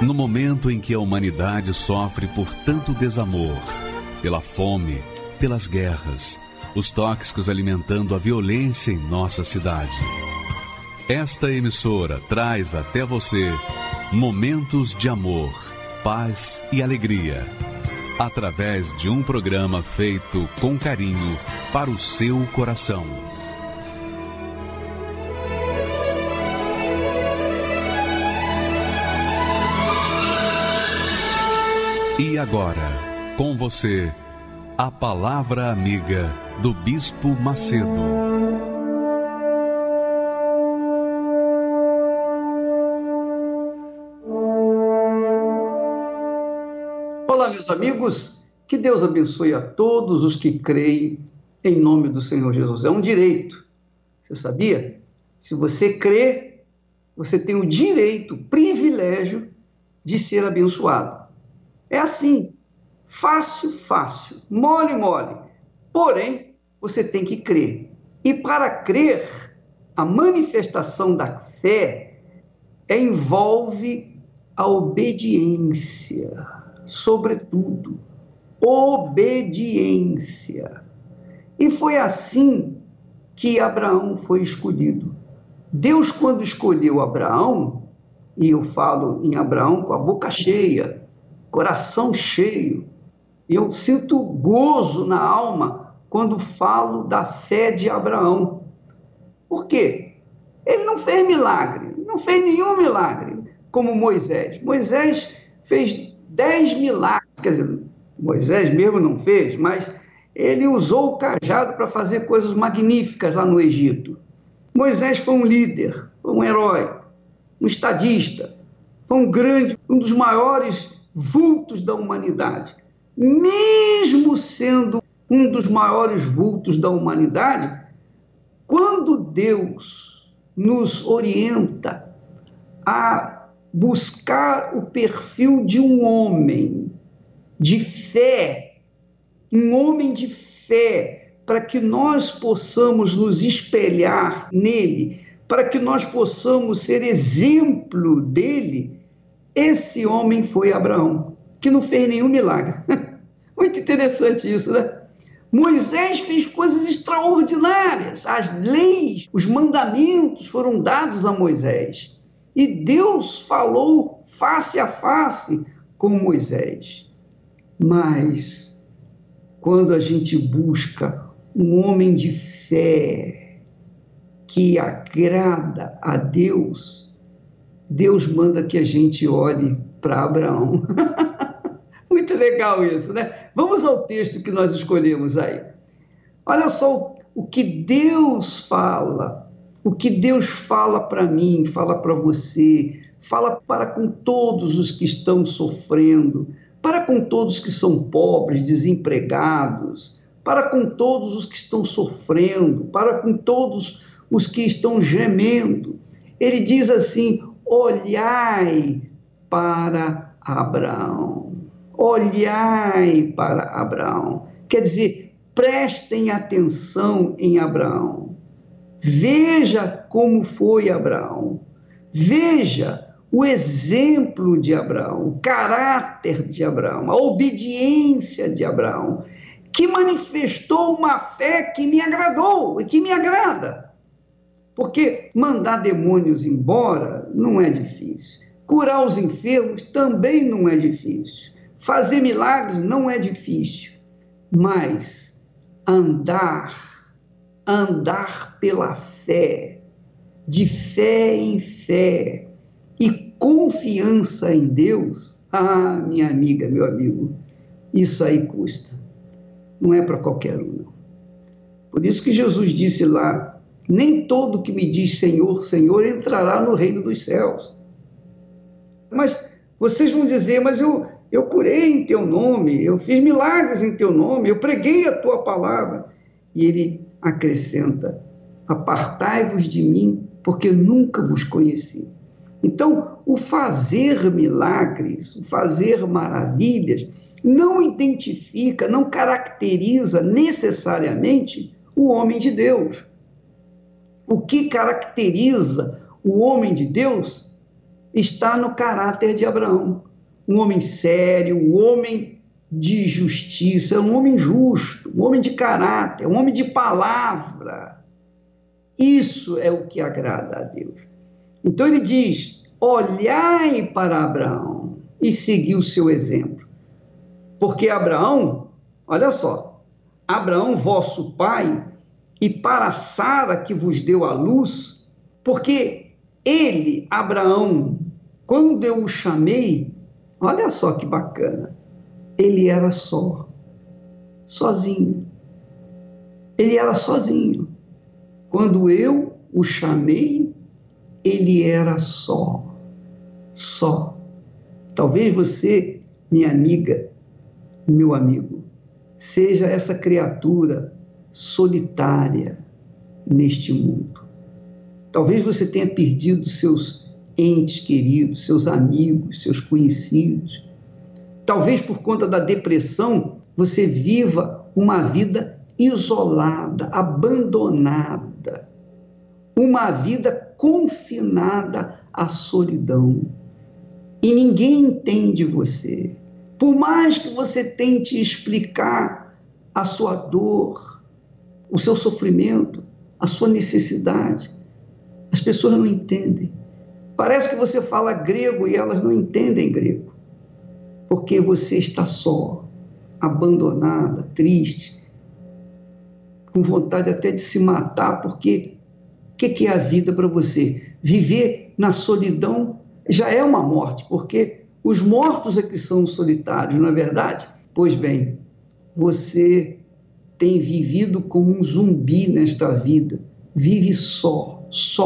No momento em que a humanidade sofre por tanto desamor, pela fome, pelas guerras, os tóxicos alimentando a violência em nossa cidade. Esta emissora traz até você momentos de amor, paz e alegria, através de um programa feito com carinho para o seu coração. E agora, com você, a Palavra Amiga do Bispo Macedo. Olá, meus amigos, que Deus abençoe a todos os que creem em nome do Senhor Jesus. É um direito, você sabia? Se você crê, você tem o direito, o privilégio de ser abençoado. É assim, fácil, fácil, mole, mole. Porém, você tem que crer. E para crer, a manifestação da fé envolve a obediência, sobretudo, obediência. E foi assim que Abraão foi escolhido. Deus, quando escolheu Abraão, e eu falo em Abraão com a boca cheia, coração cheio, eu sinto gozo na alma quando falo da fé de Abraão. Por quê? Ele não fez milagre, não fez nenhum milagre, como Moisés. Moisés fez 10 milagres, quer dizer, Moisés mesmo não fez, mas ele usou o cajado para fazer coisas magníficas lá no Egito. Moisés foi um líder, foi um herói, um estadista, foi um dos maiores vultos da humanidade. Mesmo sendo um dos maiores vultos da humanidade, quando Deus nos orienta a buscar o perfil de um homem de fé, um homem de fé, para que nós possamos nos espelhar nele, para que nós possamos ser exemplo dele, esse homem foi Abraão, que não fez nenhum milagre. Muito interessante isso, né? Moisés fez coisas extraordinárias. As leis, os mandamentos foram dados a Moisés. E Deus falou face a face com Moisés. Mas, quando a gente busca um homem de fé que agrada a Deus, Deus manda que a gente olhe para Abraão. Muito legal isso, né? Vamos ao texto que nós escolhemos aí. Olha só o que Deus fala, o que Deus fala para mim, fala para você, fala para com todos os que estão sofrendo, para com todos que são pobres, desempregados, para com todos os que estão sofrendo, para com todos os que estão gemendo. Ele diz assim: olhai para Abraão. Olhai para Abraão. Quer dizer, prestem atenção em Abraão. Veja como foi Abraão. Veja o exemplo de Abraão, o caráter de Abraão, a obediência de Abraão, que manifestou uma fé que me agradou e que me agrada. Porque mandar demônios embora não é difícil. Curar os enfermos também não é difícil. Fazer milagres não é difícil. Mas andar pela fé, de fé em fé e confiança em Deus, minha amiga, meu amigo, isso aí custa. Não é para qualquer um, não. Por isso que Jesus disse lá: nem todo que me diz Senhor, Senhor entrará no reino dos céus. Mas vocês vão dizer: mas eu curei em teu nome, eu fiz milagres em teu nome, eu preguei a tua palavra. E ele acrescenta: apartai-vos de mim, porque nunca vos conheci. Então, o fazer milagres, o fazer maravilhas, não identifica, não caracteriza necessariamente o homem de Deus. O que caracteriza o homem de Deus está no caráter de Abraão. Um homem sério, um homem de justiça, um homem justo, um homem de caráter, um homem de palavra. Isso é o que agrada a Deus. Então ele diz: olhai para Abraão e segui o seu exemplo. Porque Abraão, olha só, Abraão, vosso pai, e para Sara que vos deu a luz, porque ele, Abraão, quando eu o chamei, olha só que bacana, ele era sozinho. Ele era sozinho. Quando eu o chamei, ele era só. Talvez você, minha amiga, meu amigo, seja essa criatura solitária neste mundo. Talvez você tenha perdido seus entes queridos, seus amigos, seus conhecidos. Talvez por conta da depressão você viva uma vida isolada, abandonada, uma vida confinada à solidão. E ninguém entende você. Por mais que você tente explicar a sua dor, o seu sofrimento, a sua necessidade, as pessoas não entendem. Parece que você fala grego e elas não entendem grego, porque você está só, abandonada, triste, com vontade até de se matar, porque o que é a vida para você? Viver na solidão já é uma morte, porque os mortos é que são solitários, não é verdade? Pois bem, você tem vivido como um zumbi nesta vida, vive só.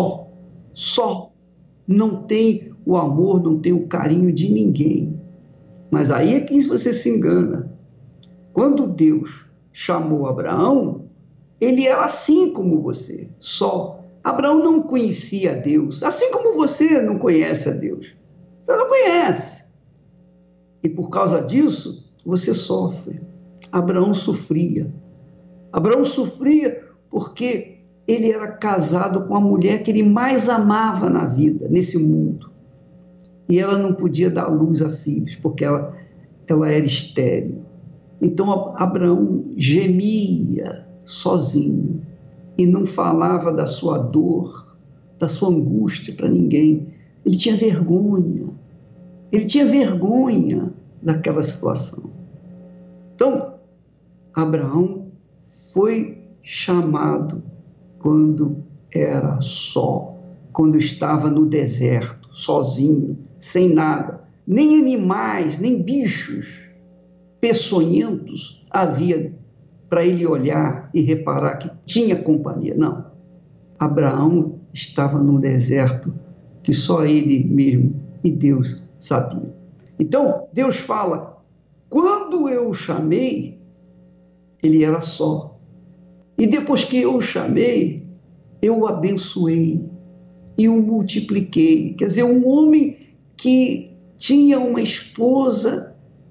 Não tem o amor, não tem o carinho de ninguém. Mas aí é que você se engana. Quando Deus chamou Abraão, ele era assim como você, só. Abraão não conhecia Deus, assim como você não conhece a Deus. Você não conhece. E por causa disso, você sofre. Abraão sofria. Abraão sofria porque ele era casado com a mulher que ele mais amava na vida, nesse mundo. E ela não podia dar luz a filhos, porque ela era estéril. Então Abraão gemia sozinho e não falava da sua dor, da sua angústia para ninguém. Ele tinha vergonha. Ele tinha vergonha daquela situação. Então, Abraão foi chamado quando era só, quando estava no deserto, sozinho, sem nada. Nem animais, nem bichos peçonhentos havia para ele olhar e reparar que tinha companhia. Não. Abraão estava num deserto que só ele mesmo e Deus sabia. Então, Deus fala, quando eu o chamei, ele era só. E depois que eu o chamei, eu o abençoei e o multipliquei. Quer dizer, um homem que tinha uma esposa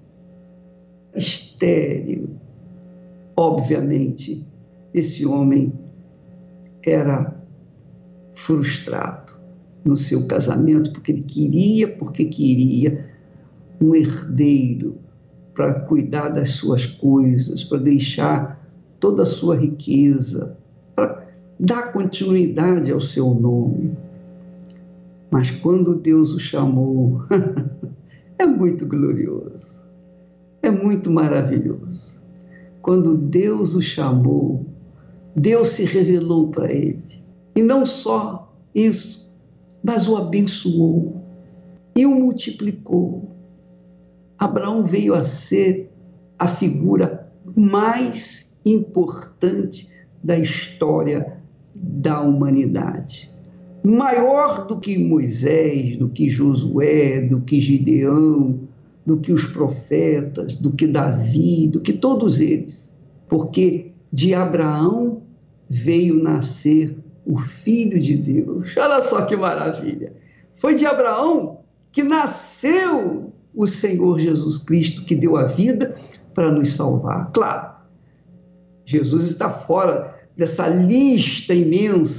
estéril, obviamente, esse homem era frustrado no seu casamento, porque queria um herdeiro para cuidar das suas coisas, para deixar toda a sua riqueza, para dar continuidade ao seu nome. Mas quando Deus o chamou, é muito glorioso, é muito maravilhoso. Quando Deus o chamou, Deus se revelou para ele. E não só isso, mas o abençoou e o multiplicou. Abraão veio a ser a figura mais importante da história da humanidade. Maior do que Moisés, do que Josué, do que Gideão, do que os profetas, do que Davi, do que todos eles. Porque de Abraão veio nascer o Filho de Deus. Olha só que maravilha! Foi de Abraão que nasceu o Senhor Jesus Cristo, que deu a vida para nos salvar. Claro, Jesus está fora dessa lista imensa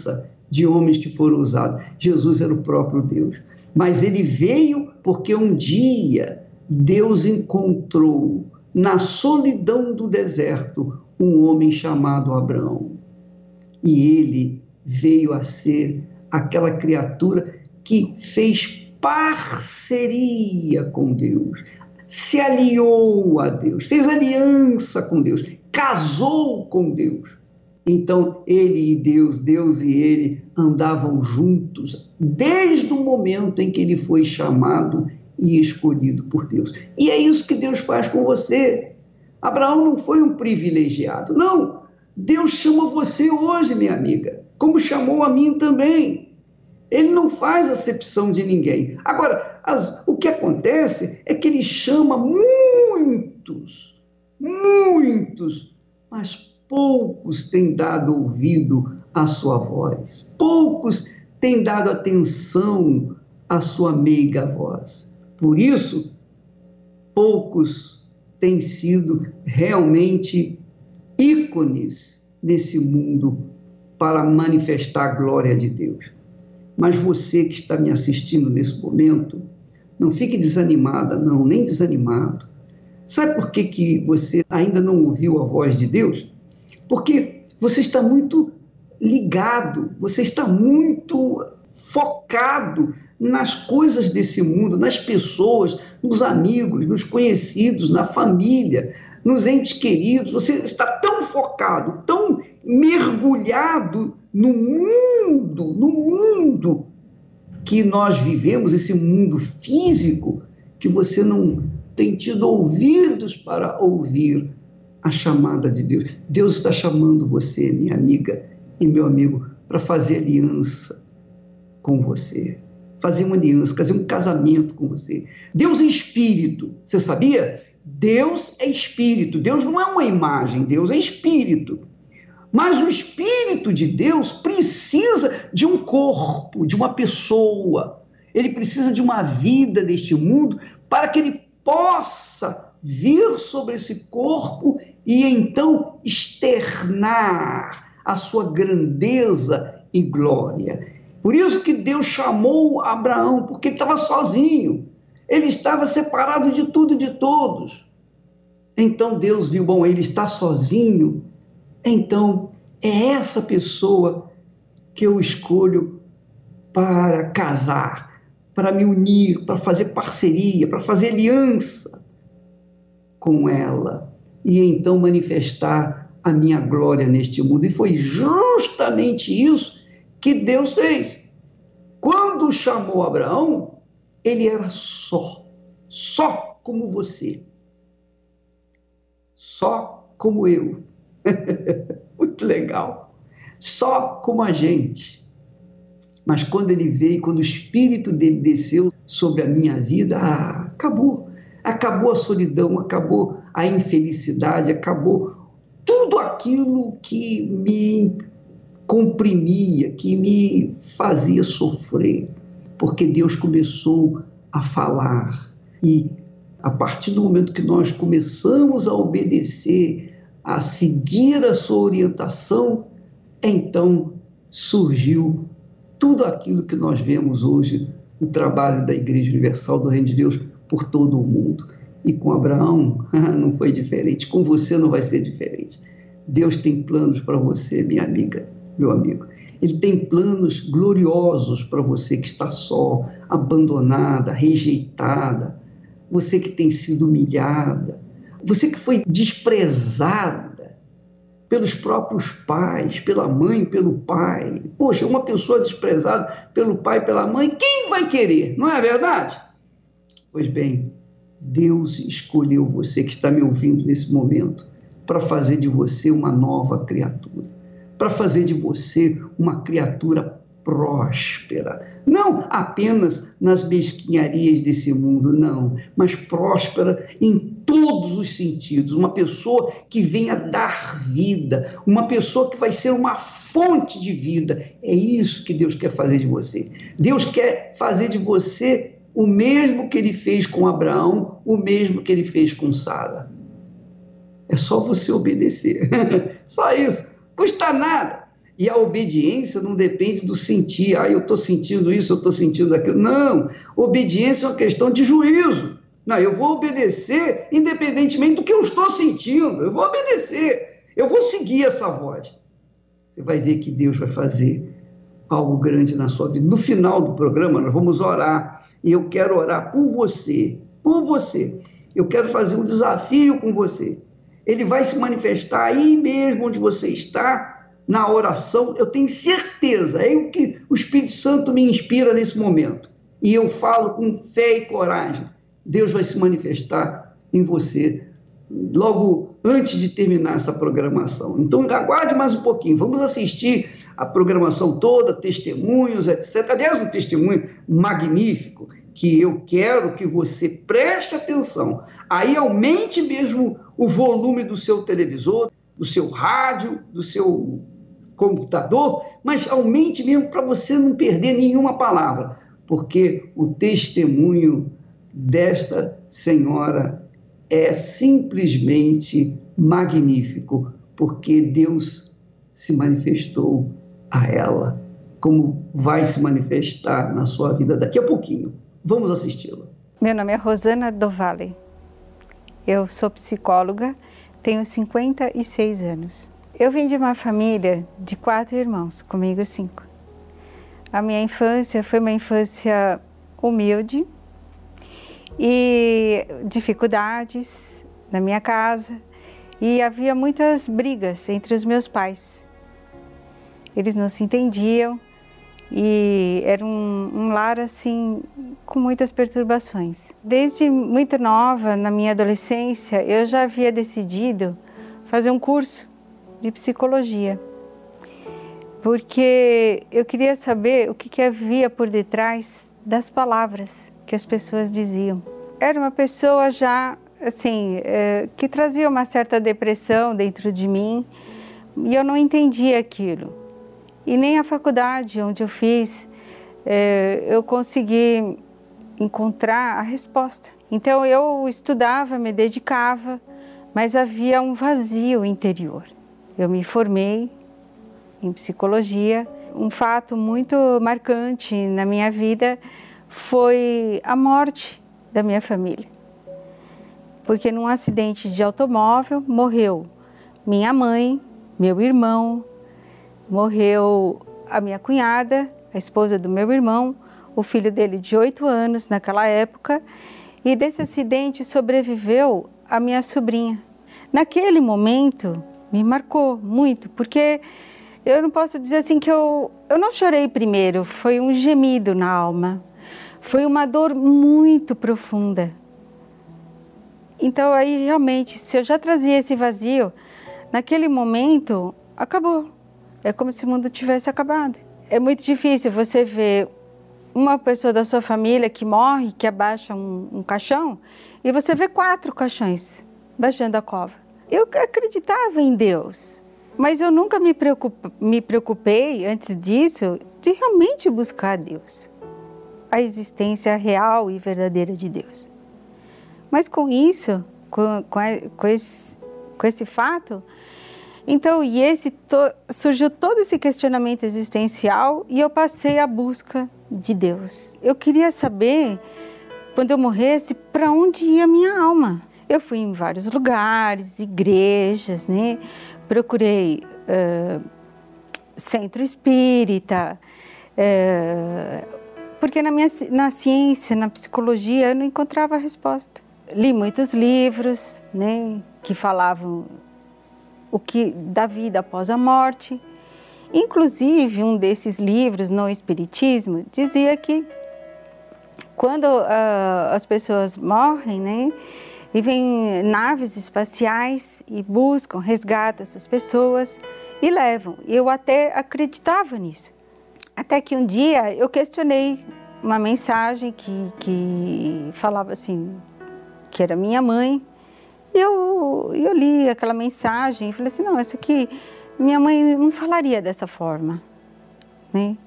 de homens que foram usados. Jesus era o próprio Deus. Mas ele veio porque um dia Deus encontrou na solidão do deserto um homem chamado Abraão. E ele veio a ser aquela criatura que fez parceria com Deus, se aliou a Deus, fez aliança com Deus, casou com Deus. Então, ele e Deus, Deus e ele andavam juntos desde o momento em que ele foi chamado e escolhido por Deus. E é isso que Deus faz com você. Abraão não foi um privilegiado, não. Deus chama você hoje, minha amiga, como chamou a mim também. Ele não faz acepção de ninguém. Agora, o que acontece é que ele chama muitos, mas poucos têm dado ouvido à sua voz. Poucos têm dado atenção à sua meiga voz. Por isso, poucos têm sido realmente ícones nesse mundo para manifestar a glória de Deus. Mas você que está me assistindo nesse momento, não fique desanimada, não, nem desanimado. Sabe por que você ainda não ouviu a voz de Deus? Porque você está muito ligado, você está muito focado nas coisas desse mundo, nas pessoas, nos amigos, nos conhecidos, na família, nos entes queridos. Você está tão focado, tão mergulhado no mundo que nós vivemos, esse mundo físico, que você não tem tido ouvidos para ouvir a chamada de Deus. Deus está chamando você, minha amiga e meu amigo, para fazer aliança com você, fazer uma aliança, fazer um casamento com você. Deus é espírito, você sabia? Deus é espírito, Deus não é uma imagem, Deus é espírito. Mas o Espírito de Deus precisa de um corpo, de uma pessoa. Ele precisa de uma vida neste mundo para que ele possa vir sobre esse corpo e então externar a sua grandeza e glória. Por isso que Deus chamou Abraão, porque ele estava sozinho. Ele estava separado de tudo e de todos. Então Deus viu, bom, ele está sozinho. Então, é essa pessoa que eu escolho para casar, para me unir, para fazer parceria, para fazer aliança com ela e então manifestar a minha glória neste mundo. E foi justamente isso que Deus fez. Quando chamou Abraão, ele era só como você, só como eu. Muito legal. Só como a gente. Mas quando ele veio, quando o Espírito dele desceu sobre a minha vida, acabou. Acabou a solidão, acabou a infelicidade, acabou tudo aquilo que me comprimia, que me fazia sofrer. Porque Deus começou a falar. E a partir do momento que nós começamos a obedecer, a seguir a sua orientação, então surgiu tudo aquilo que nós vemos hoje no trabalho da Igreja Universal do Reino de Deus por todo o mundo. E com Abraão não foi diferente, com você não vai ser diferente. Deus tem planos para você, minha amiga, meu amigo. Ele tem planos gloriosos para você que está só, abandonada, rejeitada, você que tem sido humilhada, você que foi desprezada pelos próprios pais, pela mãe, pelo pai. Poxa, uma pessoa desprezada pelo pai, pela mãe, quem vai querer? Não é verdade? Pois bem, Deus escolheu você que está me ouvindo nesse momento para fazer de você uma nova criatura, para fazer de você uma criatura próspera, não apenas nas mesquinharias desse mundo, não, mas próspera em todos os sentidos, uma pessoa que venha dar vida, uma pessoa que vai ser uma fonte de vida. É isso que Deus quer fazer de você. Deus quer fazer de você o mesmo que ele fez com Abraão, o mesmo que ele fez com Sara. É só você obedecer, só isso, custa nada. E a obediência não depende do sentir. Eu estou sentindo isso, eu estou sentindo aquilo. Não, obediência é uma questão de juízo. Não, eu vou obedecer independentemente do que eu estou sentindo. Eu vou obedecer, eu vou seguir essa voz. Você vai ver que Deus vai fazer algo grande na sua vida. No final do programa, nós vamos orar. E eu quero orar por você, por você. Eu quero fazer um desafio com você. Ele vai se manifestar aí mesmo onde você está, na oração. Eu tenho certeza, é o que o Espírito Santo me inspira nesse momento. E eu falo com fé e coragem. Deus vai se manifestar em você logo antes de terminar essa programação. Então, aguarde mais um pouquinho. Vamos assistir a programação toda, testemunhos, etc. Aliás, um testemunho magnífico que eu quero que você preste atenção. Aí aumente mesmo o volume do seu televisor, do seu rádio, do seu computador, mas aumente mesmo para você não perder nenhuma palavra, porque o testemunho desta senhora é simplesmente magnífico, porque Deus se manifestou a ela, como vai se manifestar na sua vida daqui a pouquinho. Vamos assisti-la. Meu nome é Rosana do Valle. Eu sou psicóloga, tenho 56 anos. Eu vim de uma família de 4 irmãos, comigo 5. A minha infância foi uma infância humilde, e dificuldades na minha casa, e havia muitas brigas entre os meus pais. Eles não se entendiam e era um lar assim com muitas perturbações. Desde muito nova, na minha adolescência, eu já havia decidido fazer um curso de psicologia, porque eu queria saber o que havia por detrás das palavras que as pessoas diziam. Era uma pessoa já, assim, que trazia uma certa depressão dentro de mim e eu não entendia aquilo. E nem a faculdade onde eu fiz, eu consegui encontrar a resposta. Então eu estudava, me dedicava, mas havia um vazio interior. Eu me formei em psicologia. Um fato muito marcante na minha vida foi a morte da minha família, porque num acidente de automóvel morreu minha mãe, meu irmão, morreu a minha cunhada, a esposa do meu irmão, o filho dele de 8 anos naquela época, e desse acidente sobreviveu a minha sobrinha. Naquele momento me marcou muito, porque eu não posso dizer assim que eu não chorei primeiro, foi um gemido na alma. Foi uma dor muito profunda. Então aí realmente, se eu já trazia esse vazio, naquele momento acabou. É como se o mundo tivesse acabado. É muito difícil você ver uma pessoa da sua família que morre, que abaixa um caixão, e você vê 4 caixões baixando a cova. Eu acreditava em Deus, mas eu nunca me preocupei antes disso de realmente buscar Deus, a existência real e verdadeira de Deus. Mas com isso, com esse fato, então, surgiu todo esse questionamento existencial e eu passei à busca de Deus. Eu queria saber, quando eu morresse, para onde ia a minha alma. Eu fui em vários lugares, igrejas, né? Procurei centro espírita, porque na ciência, na psicologia, eu não encontrava a resposta. Li muitos livros, né, que falavam da vida após a morte. Inclusive, um desses livros, no Espiritismo, dizia que quando as pessoas morrem, né, e vêm naves espaciais e buscam, resgatam essas pessoas e levam. Eu até acreditava nisso. Até que um dia eu questionei uma mensagem que falava assim, que era minha mãe. E eu li aquela mensagem e falei assim, não, essa aqui, minha mãe não falaria dessa forma, né?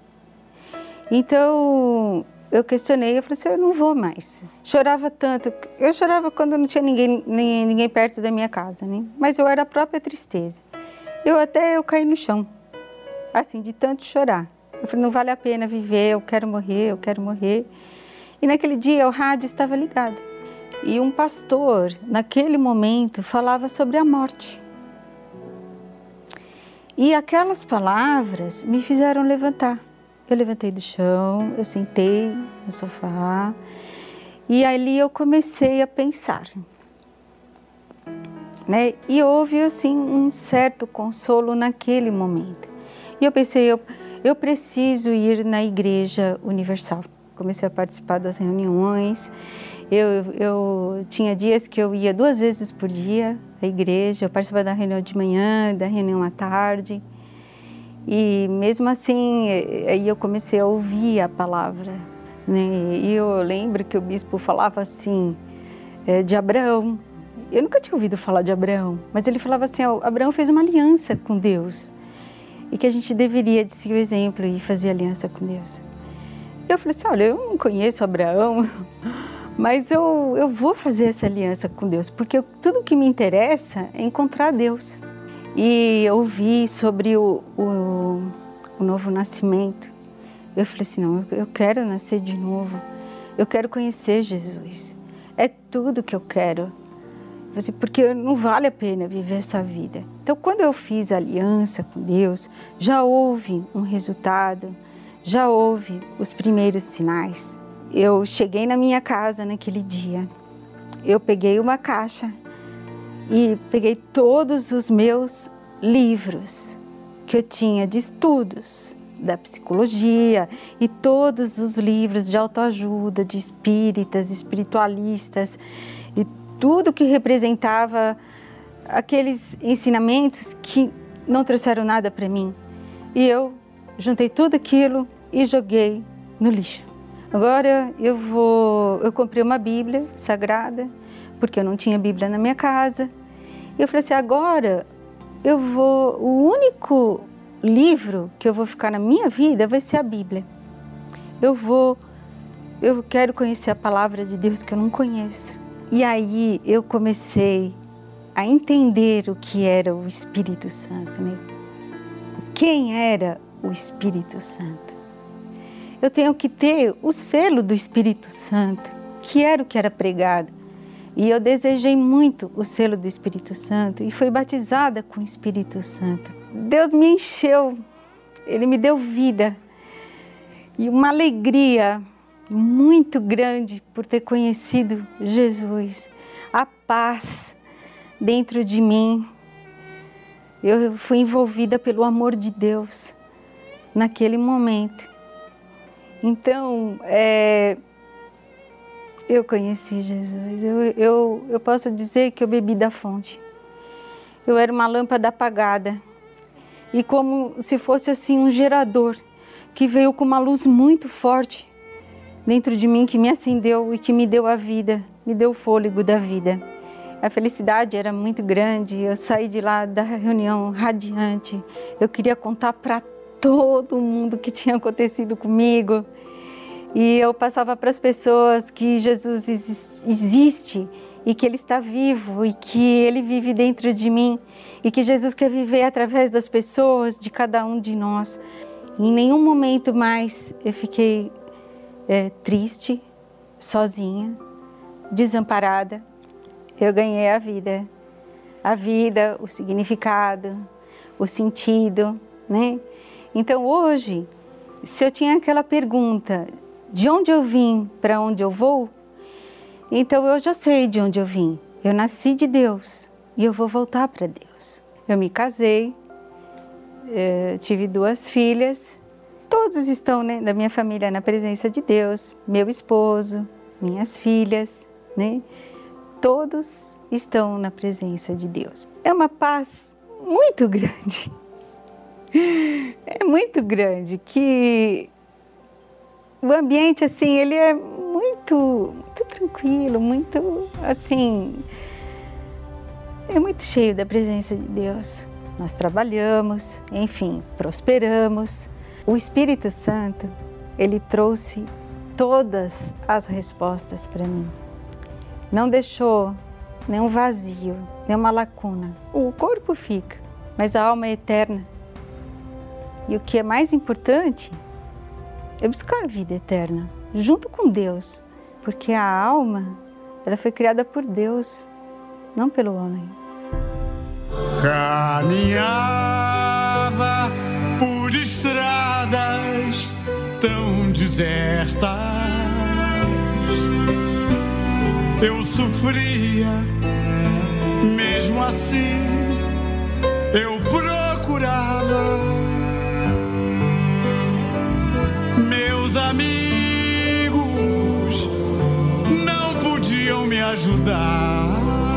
Então, eu questionei, eu falei assim, eu não vou mais. Chorava tanto, eu chorava quando não tinha ninguém perto da minha casa, né? Mas eu era a própria tristeza. Eu caí no chão. assim, de tanto chorar. Eu falei, não vale a pena viver, eu quero morrer, eu quero morrer. E naquele dia o rádio estava ligado. E um pastor, naquele momento, falava sobre a morte. E aquelas palavras me fizeram levantar. Eu levantei do chão, eu sentei no sofá e ali eu comecei a pensar. Né? E houve assim um certo consolo naquele momento. E eu pensei, eu preciso ir na Igreja Universal. Comecei a participar das reuniões. Eu tinha dias que eu ia 2 vezes por dia à igreja. Eu participava da reunião de manhã, da reunião à tarde. E mesmo assim, aí eu comecei a ouvir a palavra. Né? E eu lembro que o bispo falava assim, de Abraão. Eu nunca tinha ouvido falar de Abraão, mas ele falava assim, Abraão fez uma aliança com Deus. E que a gente deveria de seguir o exemplo e fazer aliança com Deus. Eu falei assim, olha, eu não conheço Abraão, mas eu vou fazer essa aliança com Deus, porque tudo que me interessa é encontrar Deus. E eu ouvi sobre o novo nascimento. Eu falei assim, não, eu quero nascer de novo, eu quero conhecer Jesus. É tudo que eu quero, porque não vale a pena viver essa vida. Então, quando eu fiz a aliança com Deus, já houve um resultado, já houve os primeiros sinais. Eu cheguei na minha casa naquele dia, eu peguei uma caixa e peguei todos os meus livros que eu tinha de estudos da psicologia e todos os livros de autoajuda, de espíritas, espiritualistas e tudo que representava aqueles ensinamentos que não trouxeram nada para mim. E eu juntei tudo aquilo e joguei no lixo. Agora eu comprei uma Bíblia sagrada, porque eu não tinha Bíblia na minha casa. E eu falei assim, agora o único livro que eu vou ficar na minha vida vai ser a Bíblia. Eu quero conhecer a palavra de Deus que eu não conheço. E aí eu comecei a entender o que era o Espírito Santo, né? Quem era o Espírito Santo? Eu tenho que ter o selo do Espírito Santo, que era o que era pregado. E eu desejei muito o selo do Espírito Santo e fui batizada com o Espírito Santo. Deus me encheu, Ele me deu vida e uma alegria muito grande por ter conhecido Jesus. A paz dentro de mim. Eu fui envolvida pelo amor de Deus naquele momento. Então, eu conheci Jesus. Eu posso dizer que eu bebi da fonte. Eu era uma lâmpada apagada. E como se fosse assim um gerador que veio com uma luz muito forte dentro de mim, que me acendeu e que me deu a vida, me deu o fôlego da vida. A felicidade era muito grande, eu saí de lá da reunião radiante. Eu queria contar para todo mundo o que tinha acontecido comigo. E eu passava para as pessoas que Jesus existe e que Ele está vivo e que Ele vive dentro de mim e que Jesus quer viver através das pessoas, de cada um de nós. Em nenhum momento mais eu fiquei triste, sozinha, desamparada. Eu ganhei a vida, o significado, o sentido, né? Então hoje, se eu tinha aquela pergunta, de onde eu vim, para onde eu vou? Então eu já sei de onde eu vim. Eu nasci de Deus e eu vou voltar para Deus. Eu me casei, tive 2 filhas, todos estão, né, da minha família na presença de Deus, meu esposo, minhas filhas, né? Todos estão na presença de Deus. É uma paz muito grande. É muito grande, que o ambiente, assim, ele é muito tranquilo, muito, assim, é muito cheio da presença de Deus. Nós trabalhamos, enfim, prosperamos. O Espírito Santo, ele trouxe todas as respostas para mim. Não deixou nenhum vazio, nenhuma lacuna. O corpo fica, mas a alma é eterna. E o que é mais importante é buscar a vida eterna, junto com Deus. Porque a alma, ela foi criada por Deus, não pelo homem. Caminhava por estradas tão desertas. Eu sofria, mesmo assim eu procurava. Meus amigos não podiam me ajudar.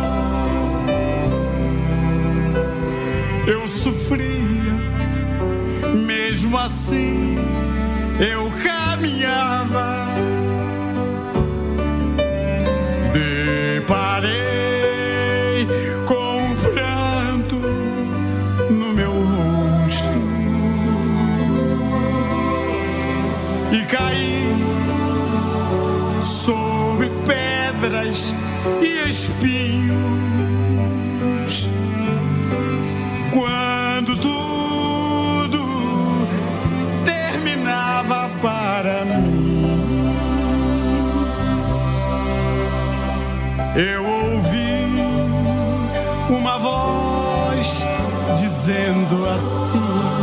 Eu sofria, mesmo assim eu caminhava. Deparei com um pranto no meu rosto e caí sobre pedras e espinhos. Quando tudo terminava para mim, eu ouvi uma voz dizendo assim: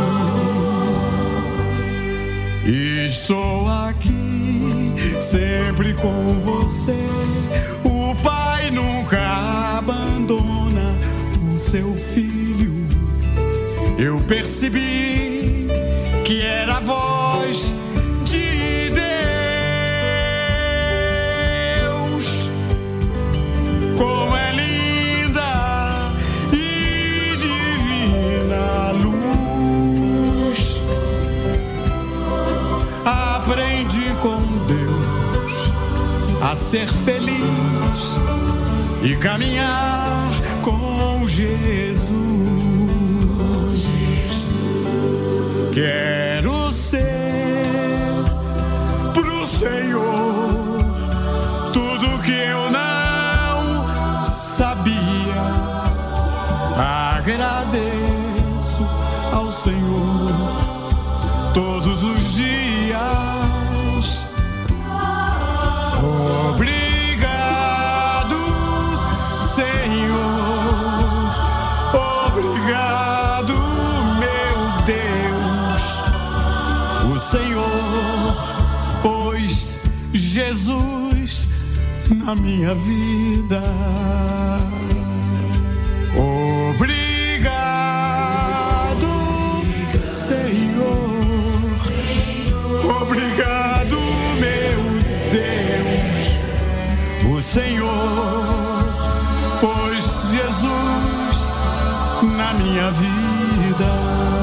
estou aqui sempre com você. O Pai nunca abandona o seu filho. Eu percebi que era a voz de Deus. Como é linda e divina a luz. Aprendi com Deus a ser feliz e caminhar com Jesus. Quero ser pro Senhor tudo que eu não sabia. Agradeço ao Senhor todos os dias. Obrigado, Senhor. Obrigado, meu Deus. O Senhor pôs Jesus na minha vida. Obrigado, Senhor. Obrigado, meu Deus. O Senhor pôs Jesus na minha vida.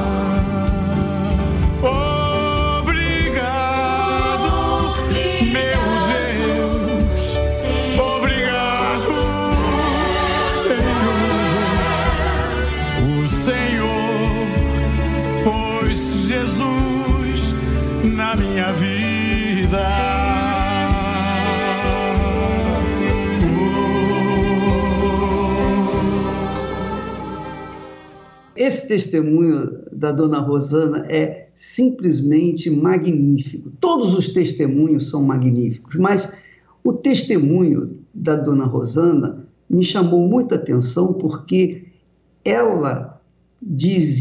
Obrigado, meu Deus. Obrigado, Senhor. O Senhor pôs Jesus na minha vida. Esse testemunho da dona Rosana é simplesmente magnífico. Todos os testemunhos são magníficos, mas o testemunho da dona Rosana me chamou muita atenção porque ela diz,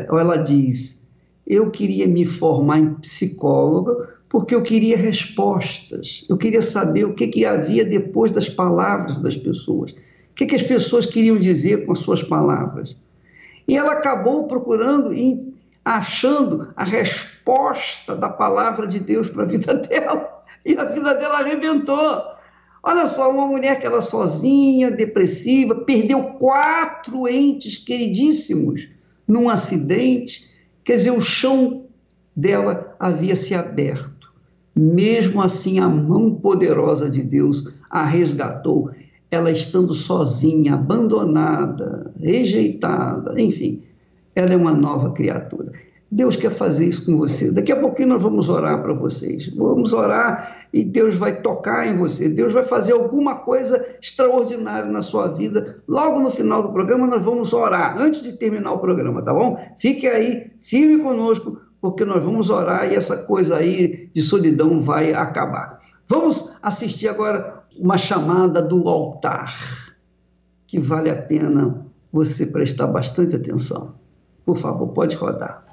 eu queria me formar em psicóloga porque eu queria respostas, eu queria saber o que havia depois das palavras das pessoas, o que as pessoas queriam dizer com as suas palavras. E ela acabou procurando e achando a resposta da palavra de Deus para a vida dela. E a vida dela arrebentou. Olha só, uma mulher que era sozinha, depressiva, perdeu 4 entes queridíssimos num acidente. Quer dizer, o chão dela havia se aberto. Mesmo assim, a mão poderosa de Deus a resgatou. Ela estando sozinha, abandonada, rejeitada, enfim, ela é uma nova criatura. Deus quer fazer isso com você. Daqui a pouquinho nós vamos orar para vocês. Vamos orar e Deus vai tocar em você. Deus vai fazer alguma coisa extraordinária na sua vida. Logo no final do programa nós vamos orar, antes de terminar o programa, tá bom? Fique aí, firme conosco, porque nós vamos orar e essa coisa aí de solidão vai acabar. Vamos assistir agora uma chamada do altar, que vale a pena você prestar bastante atenção. Por favor, pode rodar.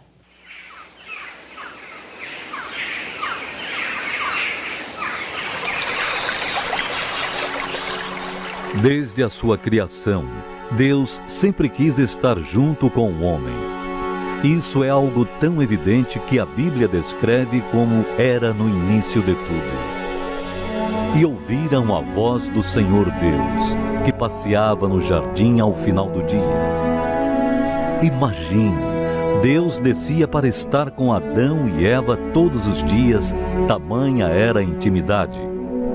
Desde a sua criação, Deus sempre quis estar junto com o homem. Isso é algo tão evidente que a Bíblia descreve como era no início de tudo. E ouviram a voz do Senhor Deus, que passeava no jardim ao final do dia. Imagine, Deus descia para estar com Adão e Eva todos os dias, tamanha era a intimidade.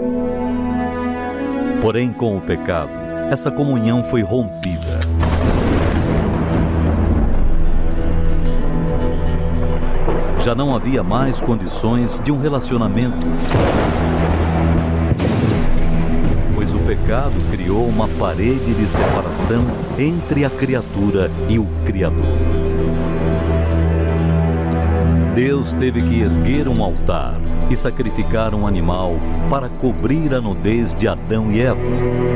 Porém, com o pecado, essa comunhão foi rompida. Já não havia mais condições de um relacionamento, pois o pecado criou uma parede de separação entre a criatura e o Criador. Deus teve que erguer um altar e sacrificar um animal para cobrir a nudez de Adão e Eva.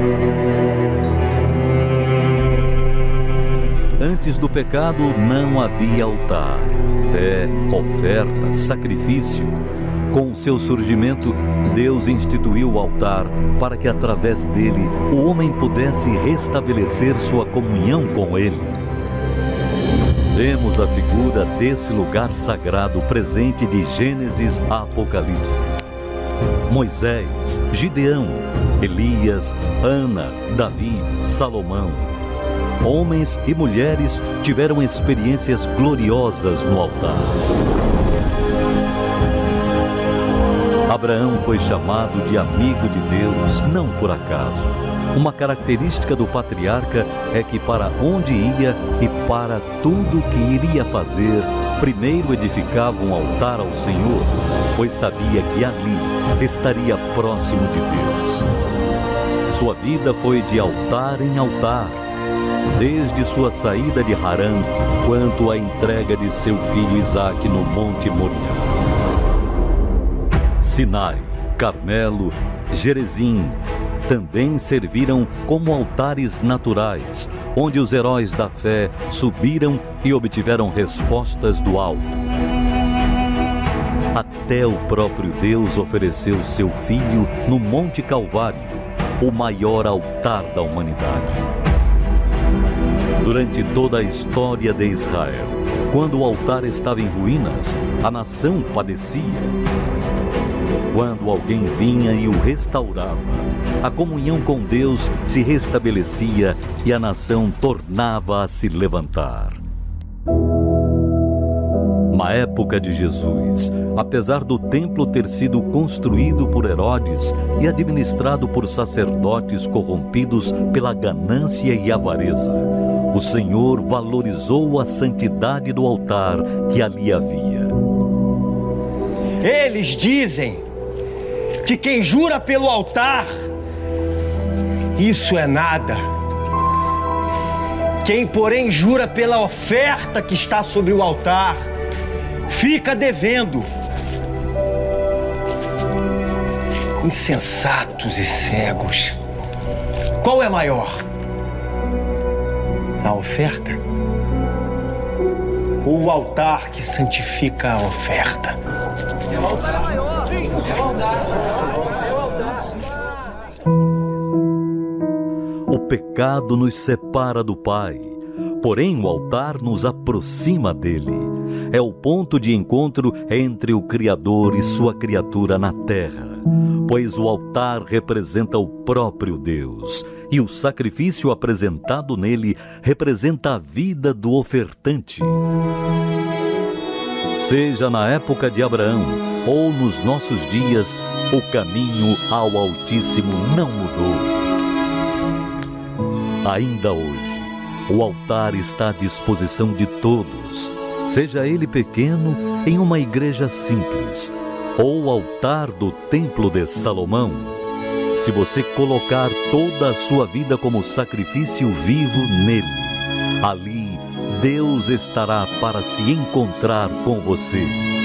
Antes do pecado não havia altar, fé, oferta, sacrifício. Com o seu surgimento, Deus instituiu o altar para que através dele o homem pudesse restabelecer sua comunhão com ele. Vemos a figura desse lugar sagrado presente de Gênesis a Apocalipse. Moisés, Gideão, Elias, Ana, Davi, Salomão. Homens e mulheres tiveram experiências gloriosas no altar. Abraão foi chamado de amigo de Deus, não por acaso. Uma característica do patriarca é que para onde ia e para tudo que iria fazer, primeiro edificava um altar ao Senhor, pois sabia que ali estaria próximo de Deus. Sua vida foi de altar em altar, desde sua saída de Harã, quanto à entrega de seu filho Isaque no Monte Moriá. Sinai, Carmelo, Gerizim também serviram como altares naturais, onde os heróis da fé subiram e obtiveram respostas do alto. Até o próprio Deus ofereceu seu Filho no Monte Calvário, o maior altar da humanidade. Durante toda a história de Israel, quando o altar estava em ruínas, a nação padecia. Quando alguém vinha e o restaurava, a comunhão com Deus se restabelecia e a nação tornava a se levantar. Na época de Jesus, apesar do templo ter sido construído por Herodes e administrado por sacerdotes corrompidos pela ganância e avareza, o Senhor valorizou a santidade do altar que ali havia. Eles dizem que quem jura pelo altar, isso é nada. Quem, porém, jura pela oferta que está sobre o altar, fica devendo. Insensatos e cegos. Qual é maior? A oferta? Ou o altar que santifica a oferta? O pecado nos separa do Pai, porém o altar nos aproxima dele. É o ponto de encontro entre o Criador e sua criatura na terra, pois o altar representa o próprio Deus, e o sacrifício apresentado nele representa a vida do ofertante. Seja na época de Abraão ou nos nossos dias, o caminho ao Altíssimo não mudou. Ainda hoje, o altar está à disposição de todos, seja ele pequeno, em uma igreja simples, ou o altar do Templo de Salomão. Se você colocar toda a sua vida como sacrifício vivo nele, ali Deus estará para se encontrar com você.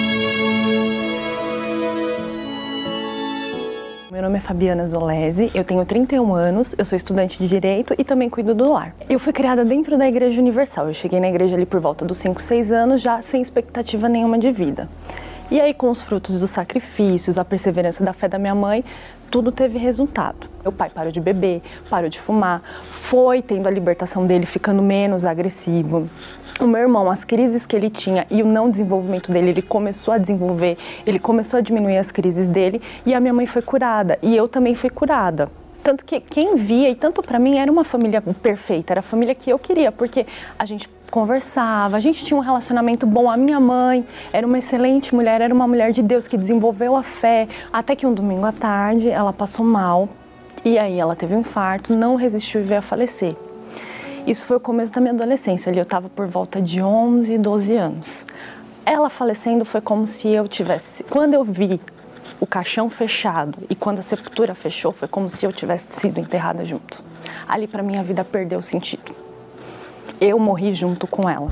Meu nome é Fabiana Zolese, eu tenho 31 anos, eu sou estudante de Direito e também cuido do lar. Eu fui criada dentro da Igreja Universal, eu cheguei na igreja ali por volta dos 5, 6 anos, já sem expectativa nenhuma de vida. E aí, com os frutos dos sacrifícios, a perseverança da fé da minha mãe, tudo teve resultado. Meu pai parou de beber, parou de fumar, foi tendo a libertação dele, ficando menos agressivo. O meu irmão, as crises que ele tinha e o não desenvolvimento dele, ele começou a desenvolver, ele começou a diminuir as crises dele e a minha mãe foi curada e eu também fui curada. Tanto que quem via, e tanto para mim, era uma família perfeita, era a família que eu queria, porque a gente conversava, a gente tinha um relacionamento bom. A minha mãe era uma excelente mulher, era uma mulher de Deus que desenvolveu a fé, até que um domingo à tarde ela passou mal e aí ela teve um infarto, não resistiu e veio a falecer. Isso foi o começo da minha adolescência, ali eu estava por volta de 11, 12 anos. Ela falecendo foi como se eu tivesse, quando eu vi o caixão fechado e quando a sepultura fechou, foi como se eu tivesse sido enterrada junto. Ali para mim a vida perdeu o sentido. Eu morri junto com ela.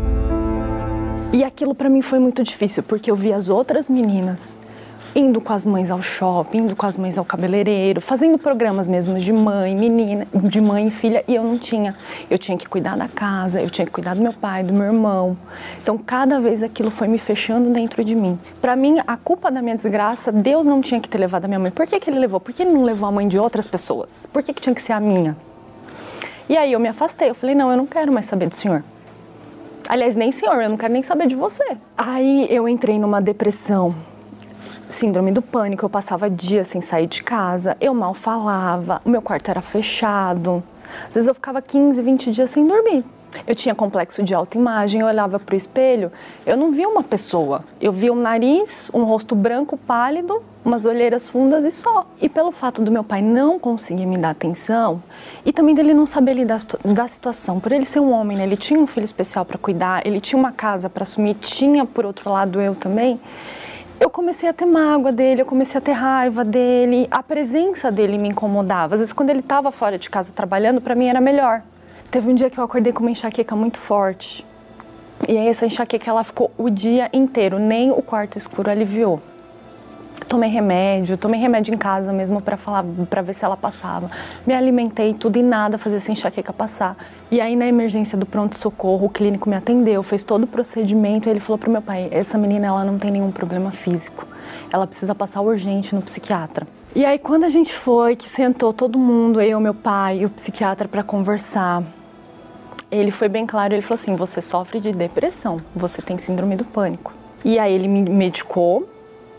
E aquilo para mim foi muito difícil, porque eu vi as outras meninas indo com as mães ao shopping, indo com as mães ao cabeleireiro, fazendo programas mesmo de mãe, menina, de mãe e filha, e eu não tinha. Eu tinha que cuidar da casa, eu tinha que cuidar do meu pai, do meu irmão. Então, cada vez aquilo foi me fechando dentro de mim. Para mim, a culpa da minha desgraça, Deus não tinha que ter levado a minha mãe. Por que que ele levou? Por que ele não levou a mãe de outras pessoas? Por que que tinha que ser a minha? E aí eu me afastei, eu falei, não, eu não quero mais saber do senhor. Aliás, nem senhor, eu não quero nem saber de você. Aí eu entrei numa depressão, síndrome do pânico, eu passava dias sem sair de casa, eu mal falava, o meu quarto era fechado. Às vezes eu ficava 15, 20 dias sem dormir. Eu tinha complexo de autoimagem, eu olhava para o espelho, eu não via uma pessoa. Eu via um nariz, um rosto branco pálido, umas olheiras fundas e só. E pelo fato do meu pai não conseguir me dar atenção e também dele não saber lidar da situação, por ele ser um homem, né? Ele tinha um filho especial para cuidar, ele tinha uma casa para assumir, tinha por outro lado eu também. Eu comecei a ter mágoa dele, eu comecei a ter raiva dele, a presença dele me incomodava. Às vezes quando ele estava fora de casa trabalhando, para mim era melhor. Teve um dia que eu acordei com uma enxaqueca muito forte. E aí essa enxaqueca ela ficou o dia inteiro, nem o quarto escuro aliviou. Tomei remédio em casa mesmo para ver se ela passava. Me alimentei tudo e nada fazia essa enxaqueca passar. E aí na emergência do pronto-socorro, o clínico me atendeu, fez todo o procedimento e ele falou pro meu pai, essa menina ela não tem nenhum problema físico, ela precisa passar urgente no psiquiatra. E aí quando a gente foi, que sentou todo mundo, eu, meu pai e o psiquiatra para conversar, ele foi bem claro, ele falou assim, você sofre de depressão, você tem síndrome do pânico. E aí ele me medicou,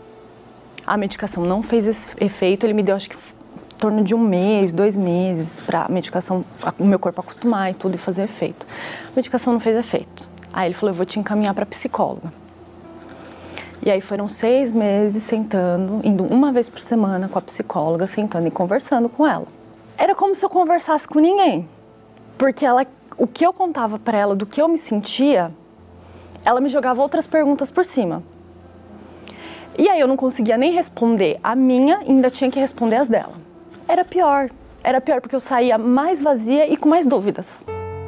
a medicação não fez esse efeito, ele me deu acho que em torno de 1 mês, 2 meses para a medicação, o meu corpo acostumar e tudo e fazer efeito. A medicação não fez efeito. Aí ele falou, eu vou te encaminhar para psicóloga. E aí foram 6 meses sentando, indo uma vez por semana com a psicóloga, sentando e conversando com ela. Era como se eu conversasse com ninguém, porque o que eu contava para ela, do que eu me sentia, ela me jogava outras perguntas por cima. E aí eu não conseguia nem responder a minha, ainda tinha que responder as dela. Era pior porque eu saía mais vazia e com mais dúvidas.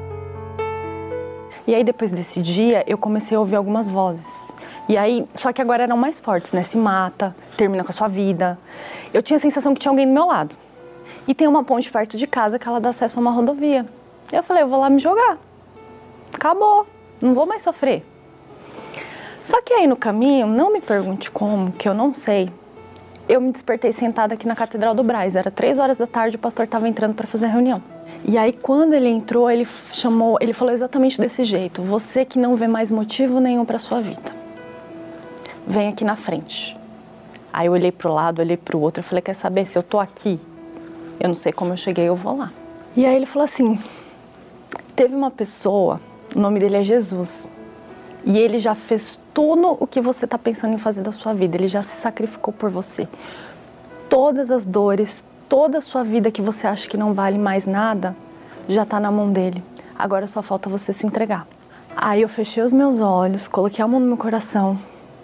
E aí depois desse dia eu comecei a ouvir algumas vozes. E aí, só que agora eram mais fortes, né? Se mata, termina com a sua vida. Eu tinha a sensação que tinha alguém do meu lado. E tem uma ponte perto de casa que ela dá acesso a uma rodovia. Eu falei, eu vou lá me jogar. Acabou, não vou mais sofrer. Só que aí no caminho, não me pergunte como, que eu não sei. Eu me despertei sentada aqui na Catedral do Brás. Era 3 horas da tarde, o pastor estava entrando para fazer a reunião. E aí quando ele entrou, ele falou exatamente desse jeito. Você que não vê mais motivo nenhum para sua vida, vem aqui na frente. Aí eu olhei para o lado, olhei para o outro, eu falei, quer saber, se eu tô aqui, eu não sei como eu cheguei, eu vou lá. E aí ele falou assim, teve uma pessoa, o nome dele é Jesus, e ele já fez tudo o que você está pensando em fazer da sua vida, ele já se sacrificou por você. Todas as dores, toda a sua vida que você acha que não vale mais nada, já está na mão dele. Agora só falta você se entregar. Aí eu fechei os meus olhos, coloquei a mão no meu coração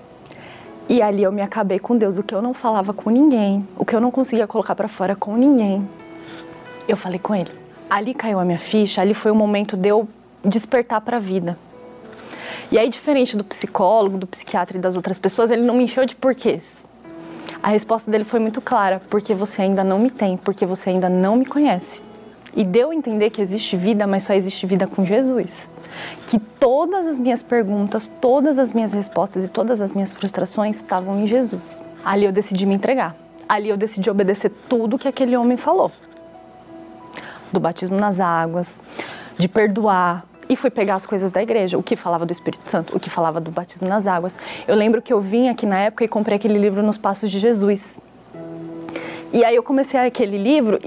e ali eu me acabei com Deus. O que eu não falava com ninguém, o que eu não conseguia colocar pra fora com ninguém, eu falei com Ele. Ali caiu a minha ficha, ali foi o momento de eu despertar pra vida. E aí, diferente do psicólogo, do psiquiatra e das outras pessoas, ele não me encheu de porquês. A resposta dele foi muito clara: porque você ainda não me tem, porque você ainda não me conhece. E deu a entender que existe vida, mas só existe vida com Jesus. Que todas as minhas perguntas, todas as minhas respostas e todas as minhas frustrações estavam em Jesus. Ali eu decidi me entregar. Ali eu decidi obedecer tudo que aquele homem falou. Do batismo nas águas, de perdoar. E fui pegar as coisas da igreja, o que falava do Espírito Santo, o que falava do batismo nas águas. Eu lembro que eu vim aqui na época e comprei aquele livro Nos Passos de Jesus. E aí eu comecei a ler aquele livro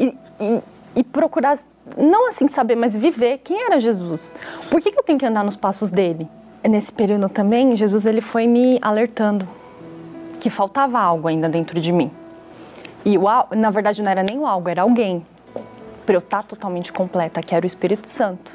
e procurar, não assim saber, mas viver quem era Jesus. Por que eu tenho que andar nos passos dele? Nesse período também, Jesus ele foi me alertando que faltava algo ainda dentro de mim. E na verdade não era nem o algo, era alguém. Para eu estar totalmente completa, que era o Espírito Santo.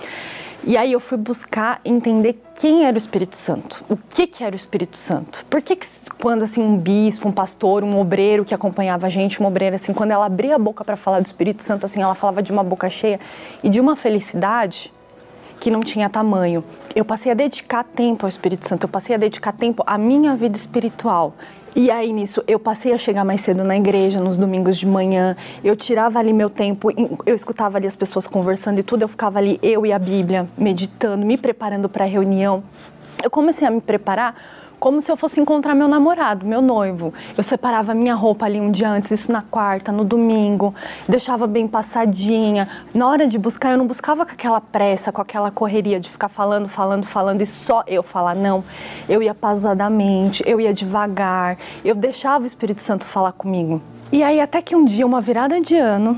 E aí eu fui buscar entender quem era o Espírito Santo, o que era o Espírito Santo. Por que quando assim um bispo, um pastor, um obreiro que acompanhava a gente, uma obreira assim, quando ela abria a boca para falar do Espírito Santo, assim, ela falava de uma boca cheia e de uma felicidade que não tinha tamanho. Eu passei a dedicar tempo ao Espírito Santo, eu passei a dedicar tempo à minha vida espiritual. E aí nisso eu passei a chegar mais cedo na igreja, nos domingos de manhã, eu tirava ali meu tempo, eu escutava ali as pessoas conversando e tudo, eu ficava ali, eu e a Bíblia, meditando, me preparando para a reunião. Eu comecei a me preparar como se eu fosse encontrar meu namorado, meu noivo. Eu separava a minha roupa ali um dia antes, isso na quarta, no domingo, deixava bem passadinha. Na hora de buscar, eu não buscava com aquela pressa, com aquela correria de ficar falando e só eu falar, não. Eu ia pausadamente, eu ia devagar, eu deixava o Espírito Santo falar comigo. E aí até que um dia, uma virada de ano,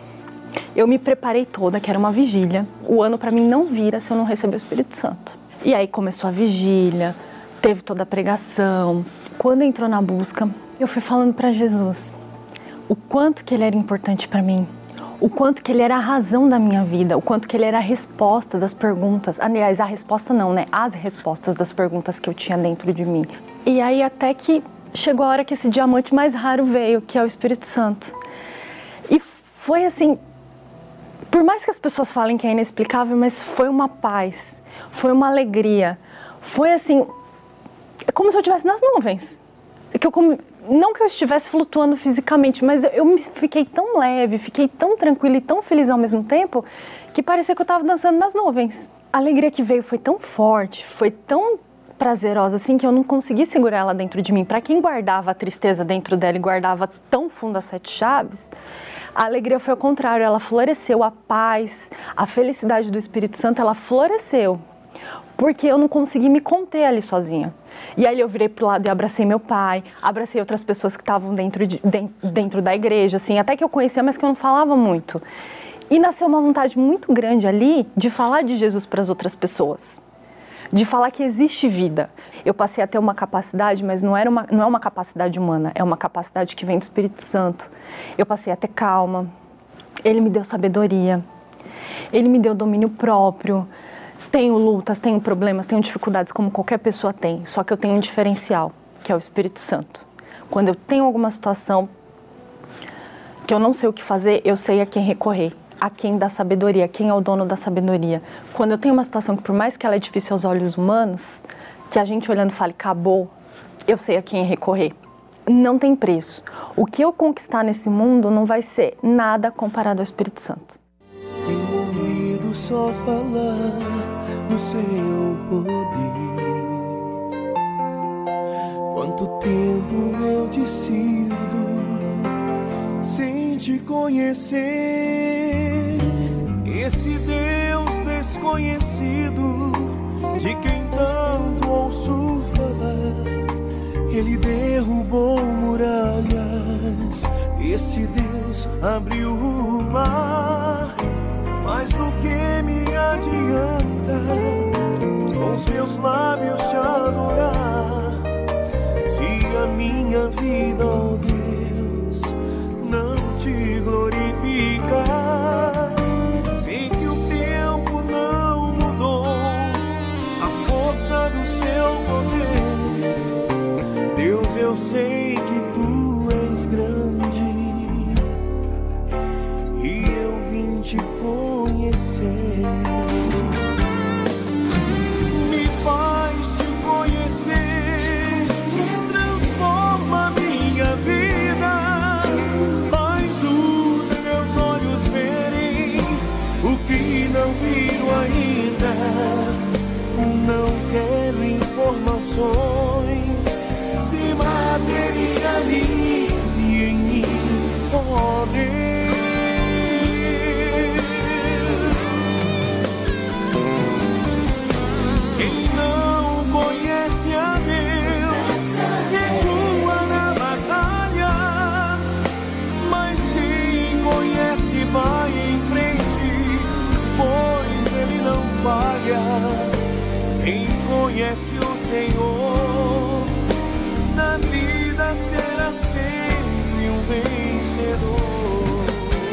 eu me preparei toda, que era uma vigília. O ano para mim não vira se eu não receber o Espírito Santo. E aí começou a vigília, teve toda a pregação. Quando entrou na busca, eu fui falando para Jesus o quanto que Ele era importante para mim, o quanto que Ele era a razão da minha vida, o quanto que Ele era a resposta das perguntas. Aliás, a resposta não, né? As respostas das perguntas que eu tinha dentro de mim. E aí até que chegou a hora que esse diamante mais raro veio, que é o Espírito Santo. E foi assim, por mais que as pessoas falem que é inexplicável, mas foi uma paz, foi uma alegria, foi assim, é como se eu estivesse nas nuvens. Não que eu estivesse flutuando fisicamente, mas eu fiquei tão leve, fiquei tão tranquila e tão feliz ao mesmo tempo, que parecia que eu estava dançando nas nuvens. A alegria que veio foi tão forte, foi tão prazerosa assim, que eu não consegui segurar ela dentro de mim. Para quem guardava a tristeza dentro dela e guardava tão fundo as 7 chaves, a alegria foi ao contrário, ela floresceu, a paz, a felicidade do Espírito Santo, ela floresceu. Porque eu não consegui me conter ali sozinha. E aí eu virei pro lado e abracei meu pai, abracei outras pessoas que estavam dentro da igreja, assim, até que eu conhecia, mas que eu não falava muito. E nasceu uma vontade muito grande ali de falar de Jesus para as outras pessoas, de falar que existe vida. Eu passei a ter uma capacidade, mas não é uma capacidade humana, é uma capacidade que vem do Espírito Santo. Eu passei a ter calma, Ele me deu sabedoria, Ele me deu domínio próprio. Tenho lutas, tenho problemas, tenho dificuldades como qualquer pessoa tem, só que eu tenho um diferencial, que é o Espírito Santo. Quando eu tenho alguma situação que eu não sei o que fazer, eu sei a quem recorrer, a quem dá sabedoria, quem é o dono da sabedoria. Quando eu tenho uma situação que, por mais que ela é difícil aos olhos humanos, que a gente olhando fale, acabou, eu sei a quem recorrer. Não tem preço. O que eu conquistar nesse mundo não vai ser nada comparado ao Espírito Santo. Tenho ouvido só falar do seu poder. Quanto tempo eu te sirvo sem te conhecer. Esse Deus desconhecido de quem tanto ouço falar, Ele derrubou muralhas. Esse Deus abriu o mar. Mas do que me adianta com os meus lábios te adorar, se a minha vida, ó Deus, não te glorificar? Sei que o tempo não mudou, sei que tu és grande e eu vim te conhecer. Me faz te conhecer, transforma minha vida, faz os meus olhos verem o que não viram ainda. Não quero informações, se materialize em mim, ó Deus. Quem não conhece a Deus recua na batalha, mas quem conhece vai em frente, pois Ele não falha. Quem conhece o Senhor, na vida será sempre um vencedor.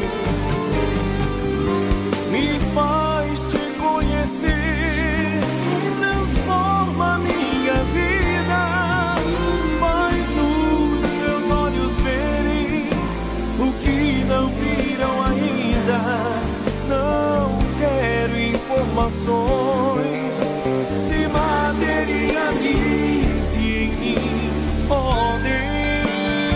Me faz te conhecer, transforma minha vida, faz os meus olhos verem o que não viram ainda. Não quero informações, se materialize em mim, ó Deus.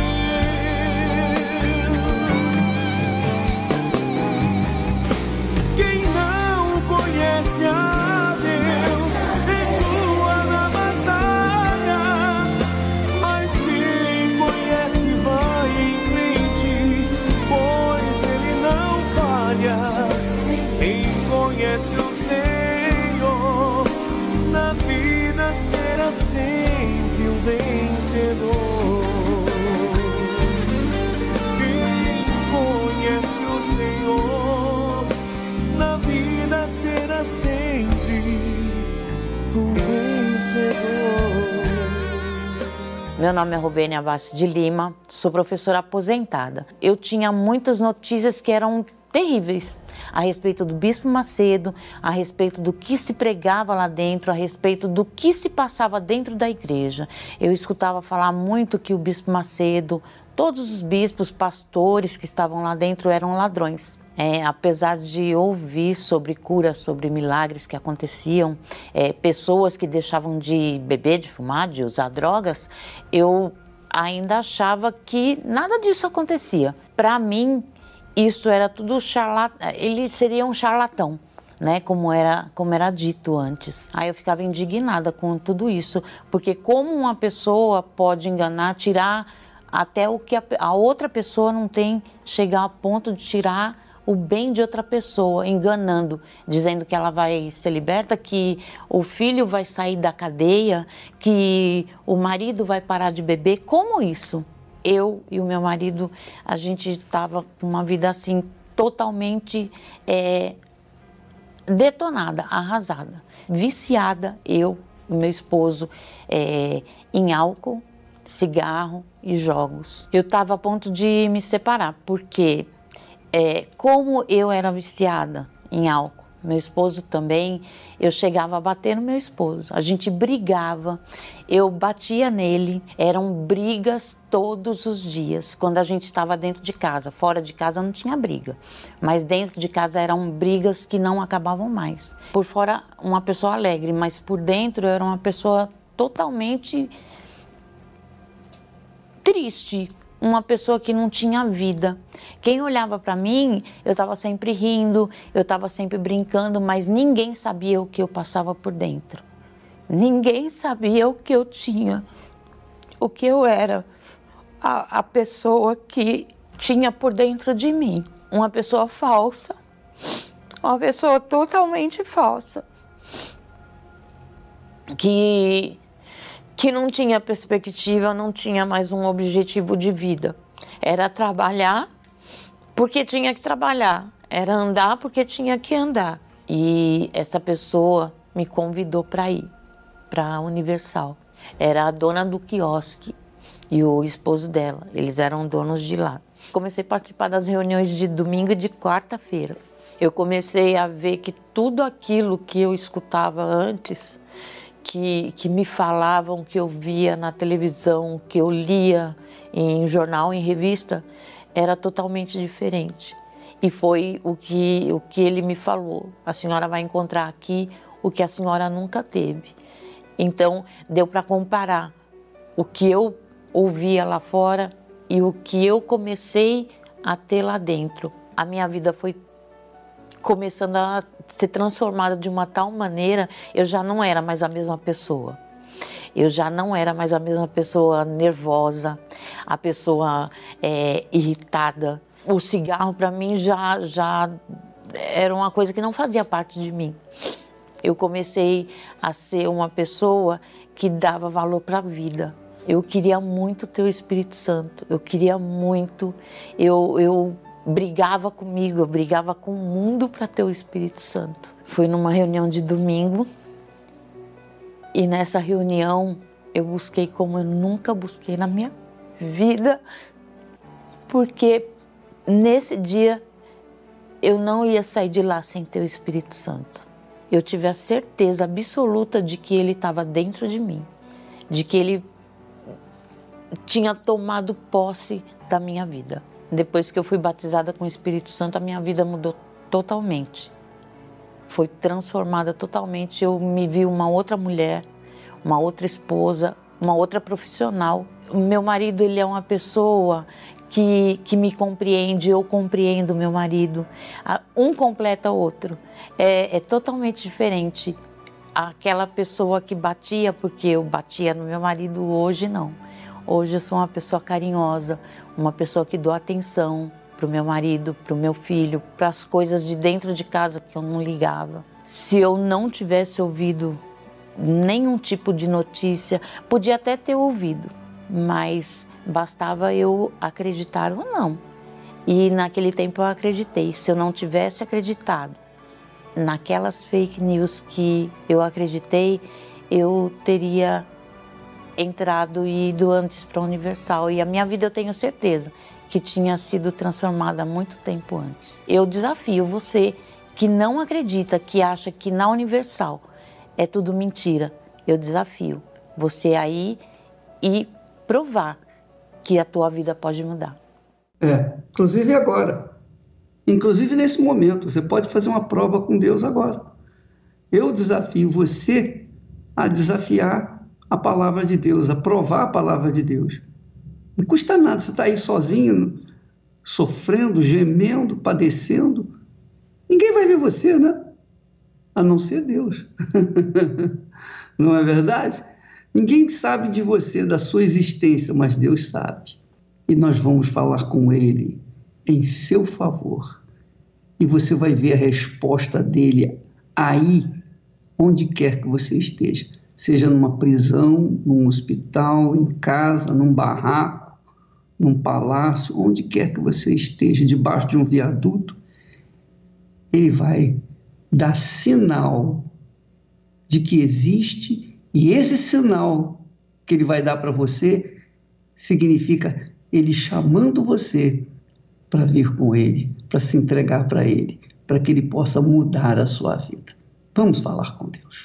Quem não conhece a Deus recua na batalha, mas quem conhece vai em frente, pois Ele não falha. Quem conhece o Senhor, na vida será sempre um vencedor. Quem conhece o Senhor, na vida será sempre um vencedor. Meu nome é Rubênia Vaz de Lima, sou professora aposentada. Eu tinha muitas notícias que eram terríveis a respeito do Bispo Macedo, a respeito do que se pregava lá dentro, a respeito do que se passava dentro da igreja. Eu escutava falar muito que o Bispo Macedo, todos os bispos, pastores que estavam lá dentro eram ladrões. Apesar de ouvir sobre cura, sobre milagres que aconteciam, pessoas que deixavam de beber, de fumar, de usar drogas, eu ainda achava que nada disso acontecia. Para mim, isso era tudo charlatão, ele seria um charlatão, né? Como era dito antes. Aí eu ficava indignada com tudo isso, porque como uma pessoa pode enganar, tirar até o que a outra pessoa não tem, chegar a ponto de tirar o bem de outra pessoa, enganando, dizendo que ela vai ser liberta, que o filho vai sair da cadeia, que o marido vai parar de beber. Como isso? Eu e o meu marido, a gente estava com uma vida assim, totalmente detonada, arrasada, viciada, eu e meu esposo, em álcool, cigarro e jogos. Eu estava a ponto de me separar, porque como eu era viciada em álcool, meu esposo também, eu chegava a bater no meu esposo, a gente brigava, eu batia nele, eram brigas todos os dias, quando a gente estava dentro de casa. Fora de casa não tinha briga, mas dentro de casa eram brigas que não acabavam mais. Por fora, uma pessoa alegre, mas por dentro eu era uma pessoa totalmente triste, uma pessoa que não tinha vida. Quem olhava para mim, eu estava sempre rindo, eu estava sempre brincando, mas ninguém sabia o que eu passava por dentro. Ninguém sabia o que eu tinha, o que eu era, a pessoa que tinha por dentro de mim. Uma pessoa falsa, uma pessoa totalmente falsa, que não tinha perspectiva, não tinha mais um objetivo de vida. Era trabalhar porque tinha que trabalhar, era andar porque tinha que andar. E essa pessoa me convidou para ir para a Universal. Era a dona do quiosque e o esposo dela, eles eram donos de lá. Comecei a participar das reuniões de domingo e de quarta-feira. Eu comecei a ver que tudo aquilo que eu escutava antes, que me falavam, que eu via na televisão, que eu lia em jornal, em revista, era totalmente diferente. E foi o que ele me falou. A senhora vai encontrar aqui o que a senhora nunca teve. Então, deu para comparar o que eu ouvia lá fora e o que eu comecei a ter lá dentro. A minha vida foi começando a ser transformada de uma tal maneira, eu já não era mais a mesma pessoa. Eu já não era mais a mesma pessoa nervosa, a pessoa irritada. O cigarro, para mim, já era uma coisa que não fazia parte de mim. Eu comecei a ser uma pessoa que dava valor para a vida. Eu queria muito ter o Espírito Santo, eu queria muito, eu brigava comigo, eu brigava com o mundo para ter o Espírito Santo. Fui numa reunião de domingo e nessa reunião eu busquei como eu nunca busquei na minha vida, porque nesse dia eu não ia sair de lá sem ter o Espírito Santo. Eu tive a certeza absoluta de que ele estava dentro de mim, de que ele tinha tomado posse da minha vida. Depois que eu fui batizada com o Espírito Santo, a minha vida mudou totalmente. Foi transformada totalmente. Eu me vi uma outra mulher, uma outra esposa, uma outra profissional. O meu marido, ele é uma pessoa que me compreende, eu compreendo meu marido. Um completa o outro. É totalmente diferente. Aquela pessoa que batia, porque eu batia no meu marido, hoje não. Hoje eu sou uma pessoa carinhosa, uma pessoa que dou atenção para o meu marido, para o meu filho, para as coisas de dentro de casa que eu não ligava. Se eu não tivesse ouvido nenhum tipo de notícia, podia até ter ouvido, mas bastava eu acreditar ou não. E naquele tempo eu acreditei. Se eu não tivesse acreditado naquelas fake news que eu acreditei, eu teria entrado e ido antes para a Universal. E a minha vida, eu tenho certeza que tinha sido transformada há muito tempo antes. Eu desafio você que não acredita, que acha que na Universal é tudo mentira. Eu desafio você aí e provar que a tua vida pode mudar. Inclusive agora. Inclusive nesse momento. Você pode fazer uma prova com Deus agora. Eu desafio você a desafiar a palavra de Deus, a provar a palavra de Deus. Não custa nada, você está aí sozinho, sofrendo, gemendo, padecendo. Ninguém vai ver você, né? A não ser Deus. Não é verdade? Ninguém sabe de você, da sua existência, mas Deus sabe. E nós vamos falar com Ele em seu favor. E você vai ver a resposta dele aí, onde quer que você esteja. Seja numa prisão, num hospital, em casa, num barraco, num palácio, onde quer que você esteja, debaixo de um viaduto, ele vai dar sinal de que existe, e esse sinal que ele vai dar para você significa ele chamando você para vir com ele, para se entregar para ele, para que ele possa mudar a sua vida. Vamos falar com Deus.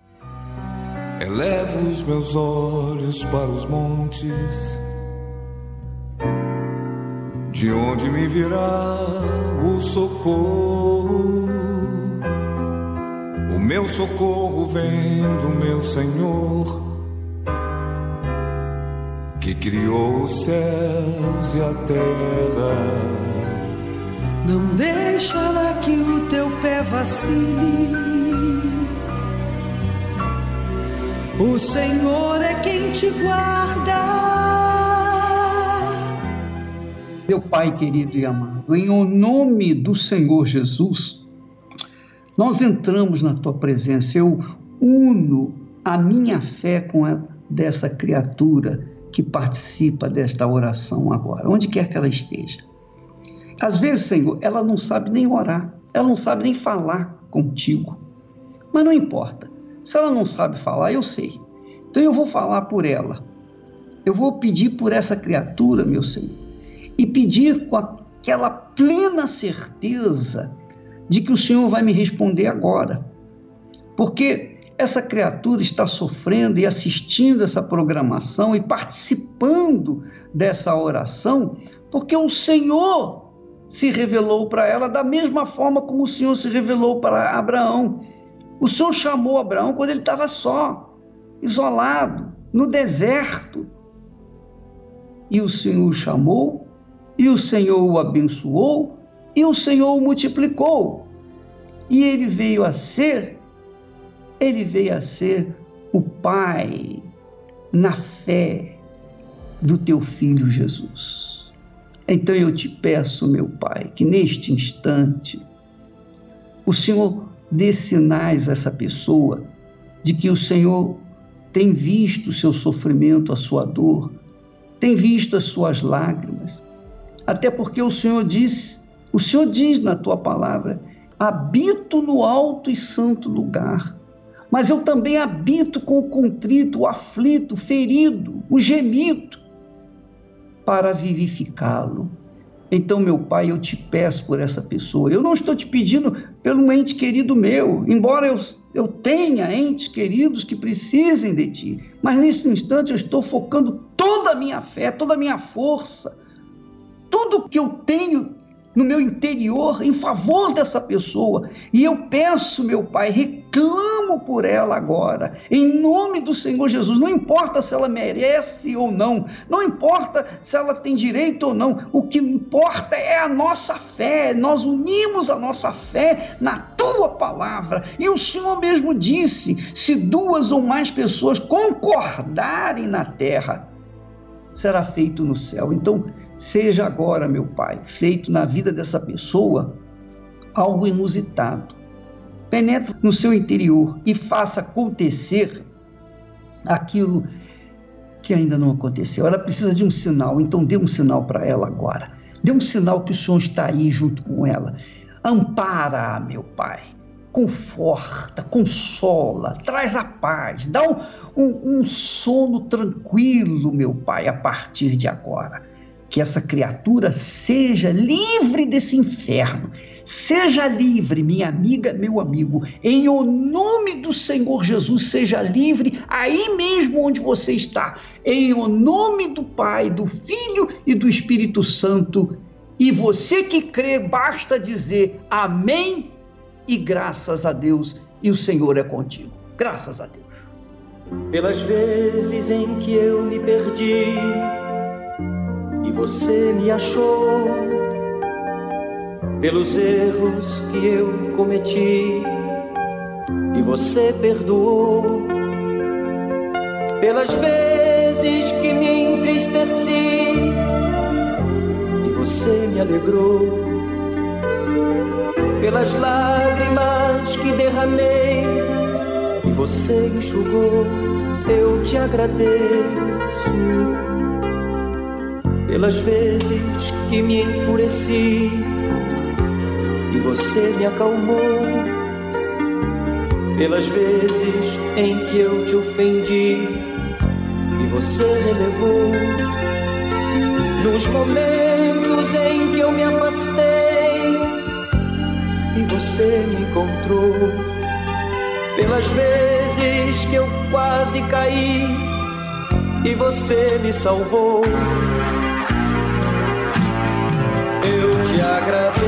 Elevo os meus olhos para os montes, de onde me virá o socorro. O meu socorro vem do meu Senhor, que criou os céus e a terra. Não deixará que o teu pé vacile. O Senhor é quem te guarda. Meu Pai querido e amado, em o nome do Senhor Jesus, nós entramos na Tua presença. Eu uno a minha fé com a dessa criatura que participa desta oração agora, onde quer que ela esteja. Às vezes, Senhor, ela não sabe nem orar, ela não sabe nem falar contigo, mas não importa. Se ela não sabe falar, eu sei. Então eu vou falar por ela. Eu vou pedir por essa criatura, meu Senhor, e pedir com aquela plena certeza de que o Senhor vai me responder agora. Porque essa criatura está sofrendo e assistindo essa programação e participando dessa oração, porque o Senhor se revelou para ela da mesma forma como o Senhor se revelou para Abraão. O Senhor chamou Abraão quando ele estava só, isolado, no deserto. E o Senhor o chamou, e o Senhor o abençoou, e o Senhor o multiplicou. E ele veio a ser o Pai na fé do teu Filho Jesus. Então eu te peço, meu Pai, que neste instante o Senhor dê sinais a essa pessoa de que o Senhor tem visto o seu sofrimento, a sua dor, tem visto as suas lágrimas, até porque o Senhor diz na tua palavra: habito no alto e santo lugar, mas eu também habito com o contrito, o aflito, o ferido, o gemido, para vivificá-lo. Então, meu Pai, eu te peço por essa pessoa. Eu não estou te pedindo pelo ente querido meu, embora eu tenha entes queridos que precisem de ti, mas nesse instante eu estou focando toda a minha fé, toda a minha força, tudo que eu tenho no meu interior em favor dessa pessoa. E eu peço, meu Pai, reclamo por ela agora, em nome do Senhor Jesus. Não importa se ela merece ou não, não importa se ela tem direito ou não, o que importa é a nossa fé. Nós unimos a nossa fé na tua palavra, e o Senhor mesmo disse: se 2 ou mais pessoas concordarem na terra, será feito no céu. Então, seja agora, meu Pai, feito na vida dessa pessoa algo inusitado. Penetre no seu interior e faça acontecer aquilo que ainda não aconteceu. Ela precisa de um sinal, então dê um sinal para ela agora. Dê um sinal que o Senhor está aí junto com ela. Ampara, meu Pai. Conforta, consola, traz a paz, dá um sono tranquilo, meu Pai, a partir de agora. Que essa criatura seja livre desse inferno, seja livre, minha amiga, meu amigo, em o nome do Senhor Jesus, seja livre aí mesmo onde você está, em o nome do Pai, do Filho e do Espírito Santo. E você que crê, basta dizer amém e graças a Deus, e o Senhor é contigo. Graças a Deus. Pelas vezes em que eu me perdi e você me achou, pelos erros que eu cometi e você perdoou, pelas vezes que me entristeci e você me alegrou, pelas lágrimas que derramei e você enxugou, eu te agradeço. Pelas vezes que me enfureci e você me acalmou, pelas vezes em que eu te ofendi e você relevou, nos momentos em que eu me afastei e você me encontrou, pelas vezes que eu quase caí e você me salvou. Eu te agradeço.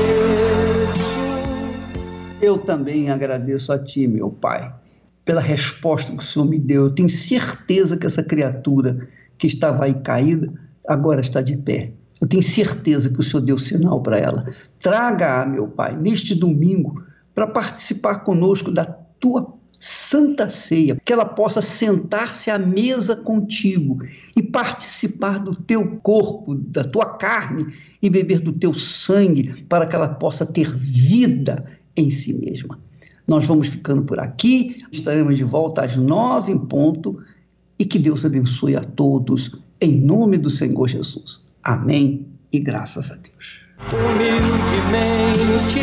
Eu também agradeço a ti, meu Pai, pela resposta que o Senhor me deu. Eu tenho certeza que essa criatura que estava aí caída, agora está de pé. Eu tenho certeza que o Senhor deu sinal para ela. Traga-a, meu Pai, neste domingo, para participar conosco da tua Santa Ceia, que ela possa sentar-se à mesa contigo e participar do teu corpo, da tua carne e beber do teu sangue, para que ela possa ter vida em si mesma. Nós vamos ficando por aqui, estaremos de volta às 9 em ponto, e que Deus abençoe a todos, em nome do Senhor Jesus. Amém e graças a Deus. Humildemente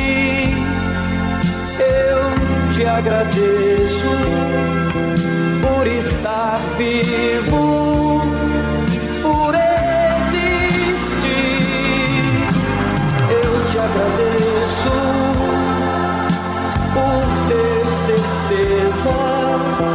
eu te agradeço por estar vivo, por existir. Eu te agradeço por ter certeza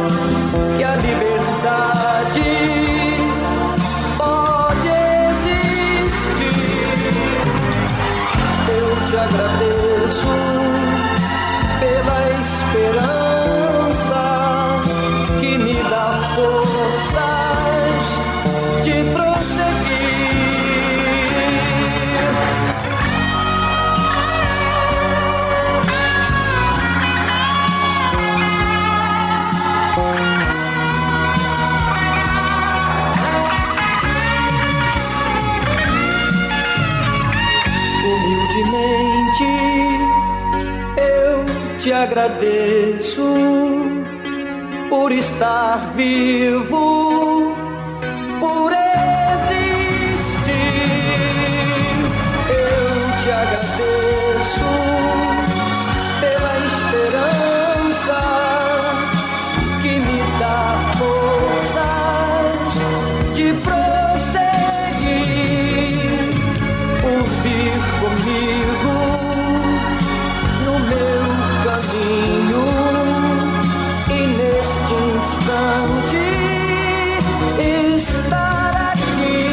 te agradeço por estar vivo, por existir. Eu te agradeço pela esperança que me dá forças de prosseguir, por vir comigo no meu caminho e neste instante estar aqui.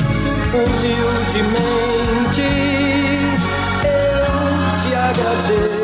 Humildemente eu te agradeço.